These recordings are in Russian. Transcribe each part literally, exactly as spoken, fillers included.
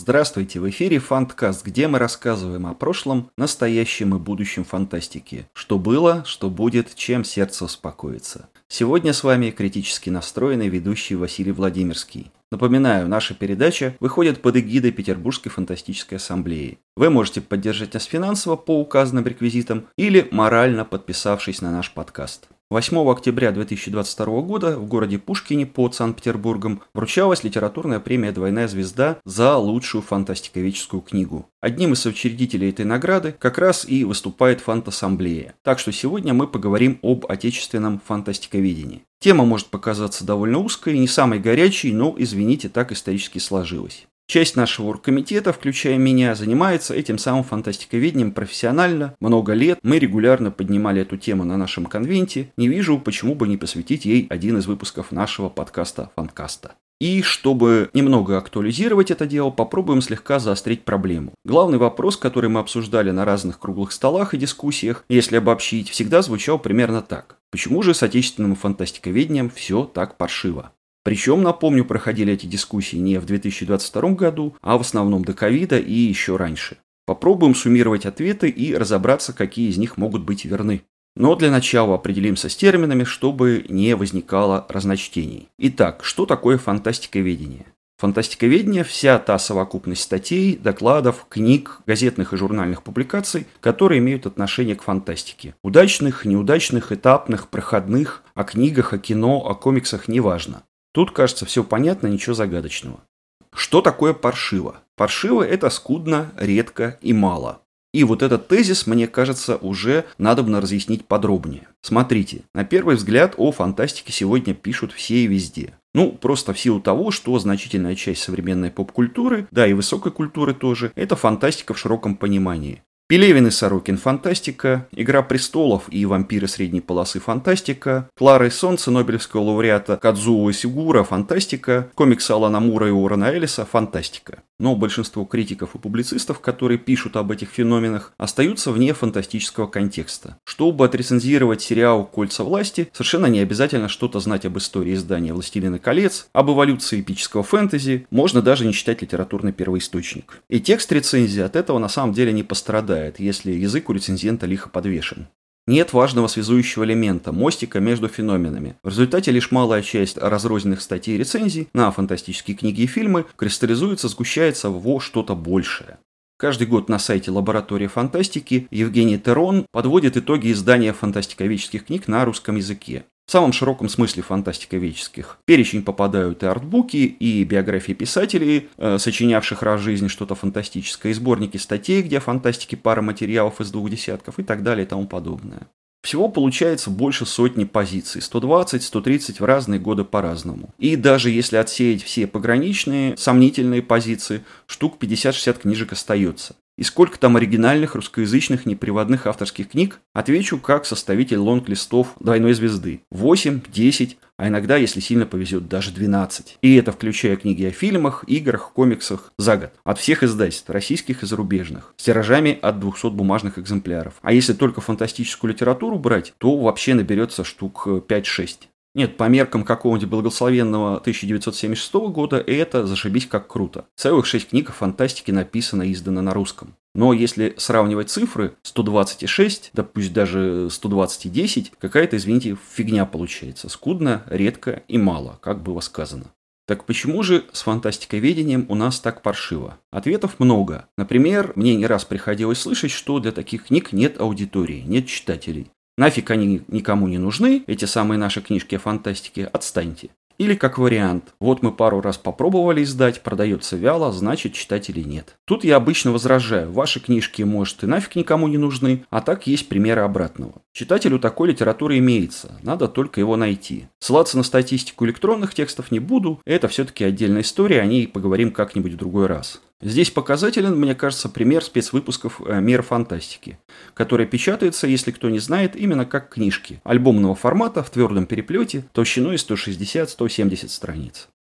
Здравствуйте, в эфире Фанткаст, где мы рассказываем о прошлом, настоящем и будущем фантастики. Что было, что будет, чем сердце успокоится. Сегодня с вами критически настроенный ведущий Василий Владимирский. Напоминаю, наша передача выходит под эгидой Петербургской фантастической ассамблеи. Вы можете поддержать нас финансово по указанным реквизитам или морально подписавшись на наш подкаст. восьмого октября две тысячи двадцать второго года в городе Пушкине под Санкт-Петербургом вручалась литературная премия «Двойная звезда» за лучшую фантастиковедческую книгу. Одним из соучредителей этой награды как раз и выступает Фант-ассамблея. Так что сегодня мы поговорим об отечественном фантастиковедении. Тема может показаться довольно узкой, не самой горячей, но, извините, так исторически сложилось. Часть нашего оргкомитета, включая меня, занимается этим самым фантастиковедением профессионально. Много лет мы регулярно поднимали эту тему на нашем конвенте. Не вижу, почему бы не посвятить ей один из выпусков нашего подкаста «Фанткаста». И чтобы немного актуализировать это дело, попробуем слегка заострить проблему. Главный вопрос, который мы обсуждали на разных круглых столах и дискуссиях, если обобщить, всегда звучал примерно так. Почему же с отечественным фантастиковедением все так паршиво? Причем, напомню, проходили эти дискуссии не в две тысячи двадцать втором году, а в основном до ковида и еще раньше. Попробуем суммировать ответы и разобраться, какие из них могут быть верны. Но для начала определимся с терминами, чтобы не возникало разночтений. Итак, что такое фантастиковедение? Фантастиковедение – вся та совокупность статей, докладов, книг, газетных и журнальных публикаций, которые имеют отношение к фантастике. Удачных, неудачных, этапных, проходных, о книгах, о кино, о комиксах – неважно. Тут, кажется, все понятно, ничего загадочного. Что такое паршиво? Паршиво – это скудно, редко и мало. И вот этот тезис, мне кажется, уже надобно разъяснить подробнее. Смотрите, на первый взгляд о фантастике сегодня пишут все и везде. Ну, просто в силу того, что значительная часть современной поп-культуры, да и высокой культуры тоже, это фантастика в широком понимании. Пелевин и Сорокин – фантастика, «Игра престолов» и «Вампиры средней полосы» – фантастика, «Клара и солнце» нобелевского лауреата Кадзуо Исигура – фантастика, комиксы Алана Мура и Уоррена Эллиса – фантастика. Но большинство критиков и публицистов, которые пишут об этих феноменах, остаются вне фантастического контекста. Чтобы отрецензировать сериал «Кольца власти», совершенно не обязательно что-то знать об истории издания «Властелина колец», об эволюции эпического фэнтези, можно даже не читать литературный первоисточник. И текст рецензии от этого на самом деле не пострадает, если язык у рецензента лихо подвешен. Нет важного связующего элемента, мостика между феноменами. В результате лишь малая часть разрозненных статей и рецензий на фантастические книги и фильмы кристаллизуется, сгущается во что-то большее. Каждый год на сайте Лаборатория фантастики Евгений Терон подводит итоги издания фантастиковедческих книг на русском языке. В самом широком смысле фантастиковедческих. В перечень попадают и артбуки, и биографии писателей, э, сочинявших раз в жизни что-то фантастическое, и сборники статей, где фантастики пара материалов из двух десятков и так далее и тому подобное. Всего получается больше сотни позиций, сто двадцать - сто тридцать в разные годы по-разному. И даже если отсеять все пограничные, сомнительные позиции, штук пятьдесят-шестьдесят книжек остается. И сколько там оригинальных русскоязычных неприводных авторских книг? Отвечу как составитель лонг-листов «Двойной звезды». восемь, десять, а иногда, если сильно повезет, даже двенадцать. И это включая книги о фильмах, играх, комиксах за год. От всех издательств, российских и зарубежных. С тиражами от двухсот бумажных экземпляров. А если только фантастическую литературу брать, то вообще наберется штук пять-шесть. Нет, по меркам какого-нибудь благословенного тысяча девятьсот семьдесят шестого года это зашибись как круто. Целых шесть книг о фантастике написано и издано на русском. Но если сравнивать цифры сто двадцать и шесть, да пусть даже сто двадцать и десять, какая-то, извините, фигня получается. Скудно, редко и мало, как было сказано. Так почему же с фантастиковедением у нас так паршиво? Ответов много. Например, мне не раз приходилось слышать, что для таких книг нет аудитории, нет читателей. Нафиг они никому не нужны, эти самые наши книжки о фантастике, отстаньте. Или как вариант, вот мы пару раз попробовали издать, продается вяло, значит читателей нет. Тут я обычно возражаю, ваши книжки, может, и нафиг никому не нужны, а так есть примеры обратного. Читателю такой литературы имеется, надо только его найти. Ссылаться на статистику электронных текстов не буду, это все-таки отдельная история, о ней поговорим как-нибудь в другой раз. Здесь показателен, мне кажется, пример спецвыпусков «Мира фантастики», который печатается, если кто не знает, именно как книжки альбомного формата в твердом переплете толщиной сто шестьдесят - сто семьдесят страниц.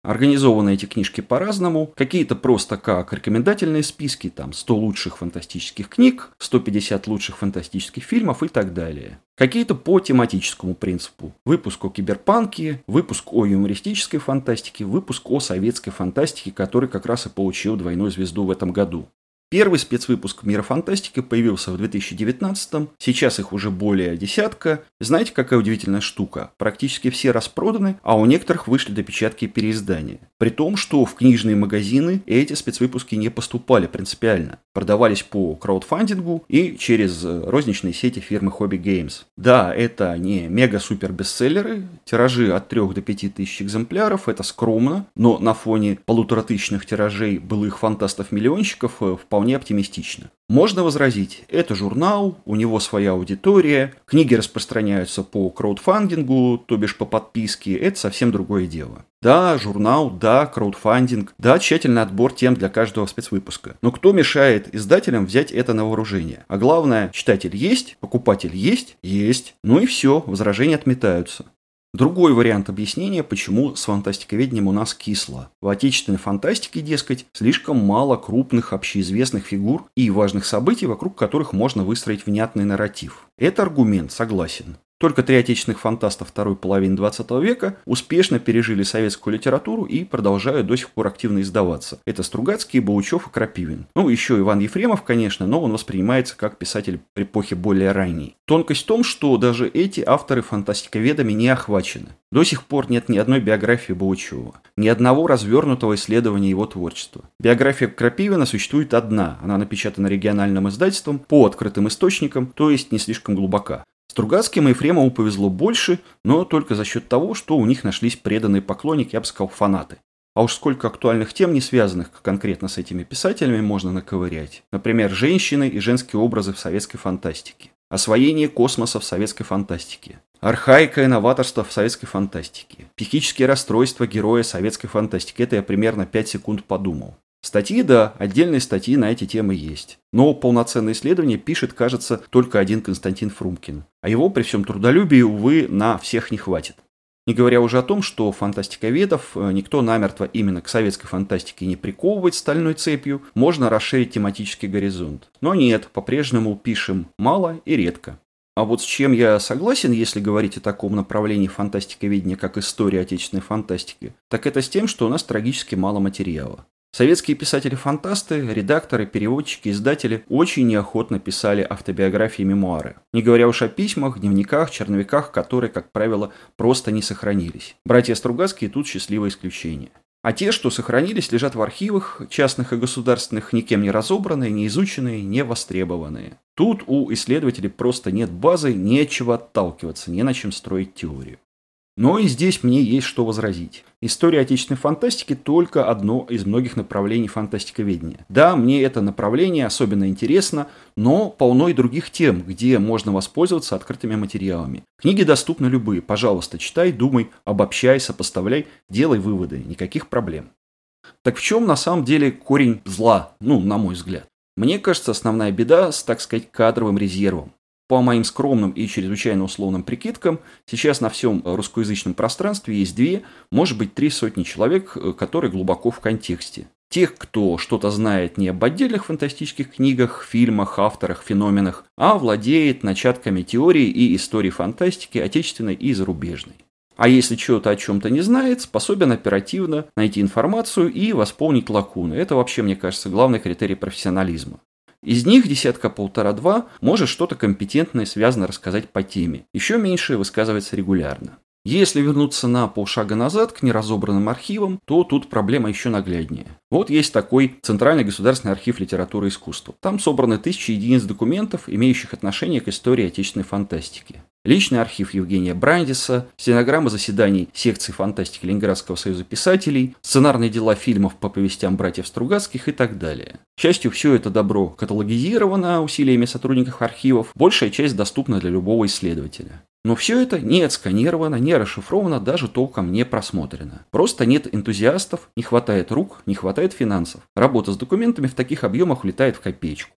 Организованы эти книжки по-разному. Какие-то просто как рекомендательные списки, там сто лучших фантастических книг, сто пятьдесят лучших фантастических фильмов и так далее. Какие-то по тематическому принципу. Выпуск о киберпанке, выпуск о юмористической фантастике, выпуск о советской фантастике, который как раз и получил двойную звезду в этом году. Первый спецвыпуск «Мира фантастики» появился в две тысячи девятнадцатом, сейчас их уже более десятка. Знаете, какая удивительная штука? Практически все распроданы, а у некоторых вышли допечатки и переиздания. При том, что в книжные магазины эти спецвыпуски не поступали принципиально. Продавались по краудфандингу и через розничные сети фирмы Hobby Games. Да, это не мега-супер-бестселлеры, тиражи от трёх до пяти тысяч экземпляров, это скромно, но на фоне полуторатысячных тиражей былых фантастов-миллионщиков вполне вполне оптимистично. Можно возразить, это журнал, у него своя аудитория, книги распространяются по краудфандингу, то бишь по подписке, это совсем другое дело. Да, журнал, да, краудфандинг, да, тщательный отбор тем для каждого спецвыпуска. Но кто мешает издателям взять это на вооружение? А главное, читатель есть, покупатель есть, есть, ну и все, возражения отметаются. Другой вариант объяснения, почему с фантастиковедением у нас кисло. В отечественной фантастике, дескать, слишком мало крупных общеизвестных фигур и важных событий, вокруг которых можно выстроить внятный нарратив. Это аргумент, согласен. Только три отечественных фантаста второй половины двадцатого века успешно пережили советскую литературу и продолжают до сих пор активно издаваться. Это Стругацкий, Баучев и Крапивин. Ну, еще Иван Ефремов, конечно, но он воспринимается как писатель эпохи более ранней. Тонкость в том, что даже эти авторы фантастиковедами не охвачены. До сих пор нет ни одной биографии Баучева, ни одного развернутого исследования его творчества. Биография Крапивина существует одна, она напечатана региональным издательством по открытым источникам, то есть не слишком глубока. Стругацким и Ефремову повезло больше, но только за счет того, что у них нашлись преданные поклонники, я бы сказал, фанаты. А уж сколько актуальных тем, не связанных конкретно с этими писателями, можно наковырять. Например, женщины и женские образы в советской фантастике. Освоение космоса в советской фантастике. Архаика и новаторство в советской фантастике. Психические расстройства героя советской фантастики. Это я примерно пять секунд подумал. Статьи, да, отдельные статьи на эти темы есть. Но полноценное исследование пишет, кажется, только один Константин Фрумкин. А его при всем трудолюбии, увы, на всех не хватит. Не говоря уже о том, что фантастиковедов никто намертво именно к советской фантастике не приковывает стальной цепью, можно расширить тематический горизонт. Но нет, по-прежнему пишем мало и редко. А вот с чем я согласен, если говорить о таком направлении фантастиковедения, как история отечественной фантастики, так это с тем, что у нас трагически мало материала. Советские писатели-фантасты, редакторы, переводчики, издатели очень неохотно писали автобиографии и мемуары. Не говоря уж о письмах, дневниках, черновиках, которые, как правило, просто не сохранились. Братья Стругацкие тут счастливое исключение. А те, что сохранились, лежат в архивах, частных и государственных, никем не разобранные, не изученные, не востребованные. Тут у исследователей просто нет базы, нечего отталкиваться, не на чем строить теорию. Но и здесь мне есть что возразить. История отечественной фантастики только одно из многих направлений фантастиковедения. Да, мне это направление особенно интересно, но полно и других тем, где можно воспользоваться открытыми материалами. Книги доступны любые, пожалуйста, читай, думай, обобщай, сопоставляй, делай выводы, никаких проблем. Так в чем на самом деле корень зла, ну, на мой взгляд? Мне кажется, основная беда с, так сказать, кадровым резервом. По моим скромным и чрезвычайно условным прикидкам, сейчас на всем русскоязычном пространстве есть две, может быть, три сотни человек, которые глубоко в контексте. Тех, кто что-то знает не об отдельных фантастических книгах, фильмах, авторах, феноменах, а владеет начатками теории и истории фантастики, отечественной и зарубежной. А если что-то о чем-то не знает, способен оперативно найти информацию и восполнить лакуны. Это вообще, мне кажется, главный критерий профессионализма. Из них десятка полтора-два может что-то компетентное связано рассказать по теме. Еще меньше высказывается регулярно. Если вернуться на полшага назад к неразобранным архивам, то тут проблема еще нагляднее. Вот есть такой Центральный государственный архив литературы и искусства. Там собраны тысячи единиц документов, имеющих отношение к истории отечественной фантастики. Личный архив Евгения Брандиса, стенограммы заседаний секции фантастики Ленинградского союза писателей, сценарные дела фильмов по повестям братьев Стругацких и так далее. К счастью, все это добро каталогизировано усилиями сотрудников архивов, большая часть доступна для любого исследователя. Но все это не отсканировано, не расшифровано, даже толком не просмотрено. Просто нет энтузиастов, не хватает рук, не хватает финансов. Работа с документами в таких объемах улетает в копеечку.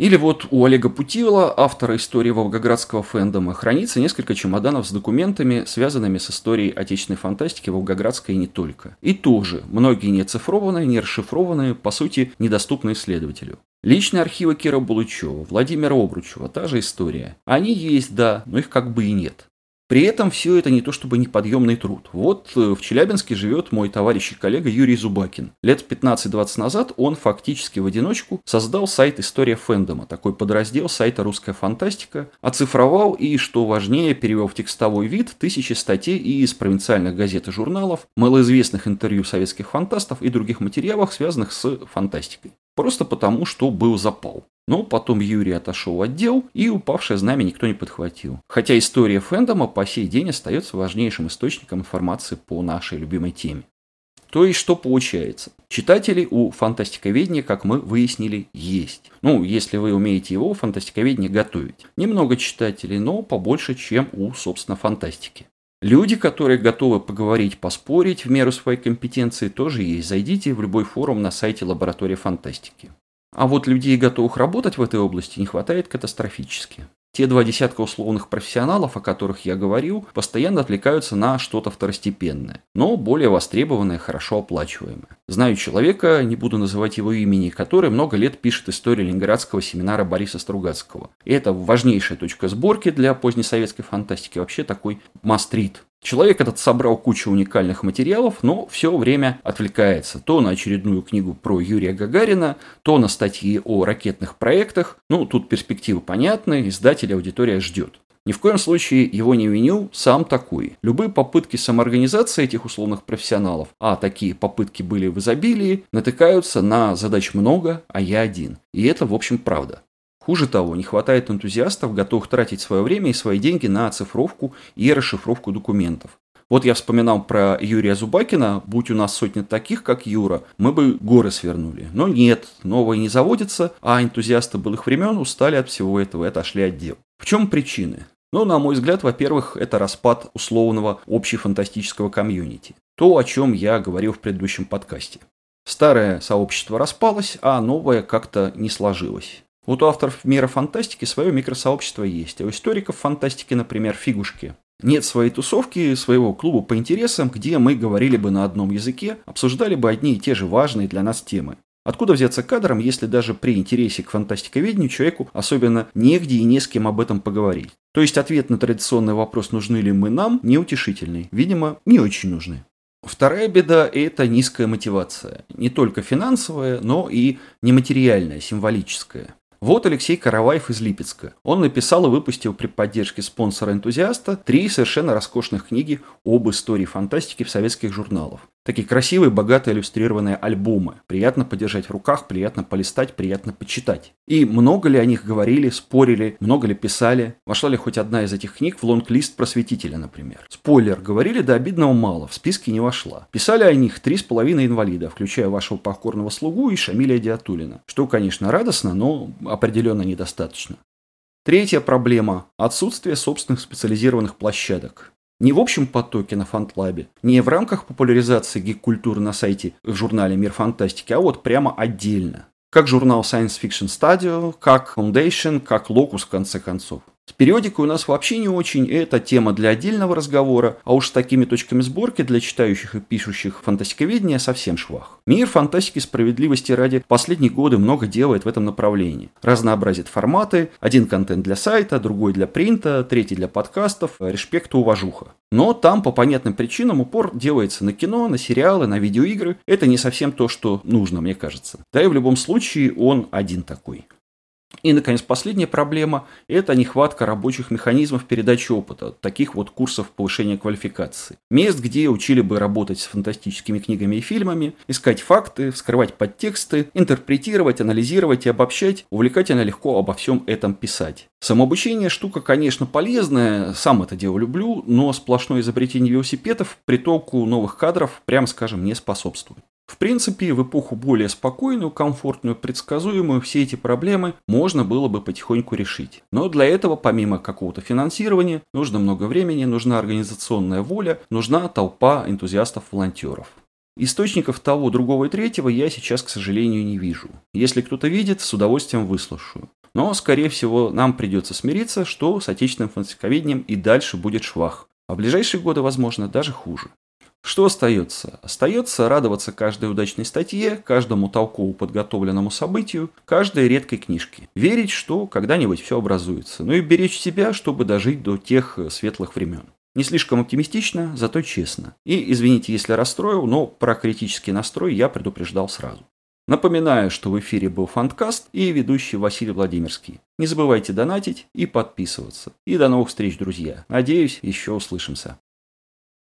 Или вот у Олега Путила, автора истории волгоградского фэндома, хранится несколько чемоданов с документами, связанными с историей отечественной фантастики волгоградской и не только. И тоже, многие не оцифрованные, не расшифрованные, по сути, недоступны исследователю. Личные архивы Кира Булычева, Владимира Обручева, та же история. Они есть, да, но их как бы и нет. При этом все это не то чтобы неподъемный труд. Вот в Челябинске живет мой товарищ и коллега Юрий Зубакин. Лет пятнадцать-двадцать назад он фактически в одиночку создал сайт «История фэндома», такой подраздел сайта «Русская фантастика», оцифровал и, что важнее, перевел в текстовой вид тысячи статей и из провинциальных газет и журналов, малоизвестных интервью советских фантастов и других материалов, связанных с фантастикой. Просто потому, что был запал. Но потом Юрий отошел в отдел, и упавшее знамя никто не подхватил. Хотя история фэндома по сей день остается важнейшим источником информации по нашей любимой теме. То есть, что получается? Читателей у фантастиковедения, как мы выяснили, есть. Ну, если вы умеете его, фантастиковедение, готовить. Немного читателей, но побольше, чем у, собственно, фантастики. Люди, которые готовы поговорить, поспорить в меру своей компетенции, тоже есть. Зайдите в любой форум на сайте Лаборатории фантастики. А вот людей, готовых работать в этой области, не хватает катастрофически. Те два десятка условных профессионалов, о которых я говорил, постоянно отвлекаются на что-то второстепенное, но более востребованное, хорошо оплачиваемое. Знаю человека, не буду называть его имени, который много лет пишет историю ленинградского семинара Бориса Стругацкого. И это важнейшая точка сборки для позднесоветской фантастики, вообще такой мастрит. Человек этот собрал кучу уникальных материалов, но все время отвлекается то на очередную книгу про Юрия Гагарина, то на статьи о ракетных проектах. Ну, тут перспективы понятны, издатель аудитория ждет. Ни в коем случае его не виню, сам такой. Любые попытки самоорганизации этих условных профессионалов, а такие попытки были в изобилии, натыкаются на задач много, а я один. И это, в общем, правда. Хуже того, не хватает энтузиастов, готовых тратить свое время и свои деньги на оцифровку и расшифровку документов. Вот я вспоминал про Юрия Зубакина, будь у нас сотни таких, как Юра, мы бы горы свернули. Но нет, новые не заводятся, а энтузиасты былых времен устали от всего этого и отошли от дел. В чем причины? Ну, на мой взгляд, во-первых, это распад условного общефантастического комьюнити. То, о чем я говорил в предыдущем подкасте. Старое сообщество распалось, а новое как-то не сложилось. Вот у авторов мира фантастики свое микросообщество есть, а у историков фантастики, например, фигушки. Нет своей тусовки, своего клуба по интересам, где мы говорили бы на одном языке, обсуждали бы одни и те же важные для нас темы. Откуда взяться кадрам, если даже при интересе к фантастиковедению человеку особенно негде и не с кем об этом поговорить? То есть ответ на традиционный вопрос, нужны ли мы нам, неутешительный. Видимо, не очень нужны. Вторая беда – это низкая мотивация. Не только финансовая, но и нематериальная, символическая. Вот Алексей Караваев из Липецка. Он написал и выпустил при поддержке спонсора-энтузиаста три совершенно роскошных книги об истории фантастики в советских журналах. Такие красивые, богато иллюстрированные альбомы. Приятно подержать в руках, приятно полистать, приятно почитать. И много ли о них говорили, спорили, много ли писали? Вошла ли хоть одна из этих книг в лонг-лист просветителя, например? Спойлер, говорили до обидного мало, в списке не вошла. Писали о них три с половиной инвалида, включая вашего покорного слугу и Шамиля Диатулина. Что, конечно, радостно, но определенно недостаточно. Третья проблема – отсутствие собственных специализированных площадок. Не в общем потоке на фантлабе, не в рамках популяризации гик-культуры на сайте в журнале «Мир фантастики», а вот прямо отдельно. Как журнал Science Fiction Studio, как Foundation, как Locus в конце концов. С периодикой у нас вообще не очень, и это тема для отдельного разговора, а уж с такими точками сборки для читающих и пишущих фантастиковедения совсем швах. Мир фантастики справедливости ради последние годы много делает в этом направлении. Разнообразит форматы, один контент для сайта, другой для принта, третий для подкастов, респект и уважуха. Но там по понятным причинам упор делается на кино, на сериалы, на видеоигры. Это не совсем то, что нужно, мне кажется. Да и в любом случае он один такой. И, наконец, последняя проблема – это нехватка рабочих механизмов передачи опыта, таких вот курсов повышения квалификации. Мест, где учили бы работать с фантастическими книгами и фильмами, искать факты, вскрывать подтексты, интерпретировать, анализировать и обобщать, увлекательно легко обо всем этом писать. Самообучение – штука, конечно, полезная, сам это дело люблю, но сплошное изобретение велосипедов притоку новых кадров, прямо скажем, не способствует. В принципе, в эпоху более спокойную, комфортную, предсказуемую, все эти проблемы можно было бы потихоньку решить. Но для этого, помимо какого-то финансирования, нужно много времени, нужна организационная воля, нужна толпа энтузиастов-волонтеров. Источников того, другого и третьего я сейчас, к сожалению, не вижу. Если кто-то видит, с удовольствием выслушаю. Но, скорее всего, нам придется смириться, что с отечественным фантастиковедением и дальше будет швах. А в ближайшие годы, возможно, даже хуже. Что остается? Остается радоваться каждой удачной статье, каждому толково подготовленному событию, каждой редкой книжке. Верить, что когда-нибудь все образуется. Ну и беречь себя, чтобы дожить до тех светлых времен. Не слишком оптимистично, зато честно. И извините, если расстроил, но про критический настрой я предупреждал сразу. Напоминаю, что в эфире был Фанткаст и ведущий Василий Владимирский. Не забывайте донатить и подписываться. И до новых встреч, друзья. Надеюсь, еще услышимся.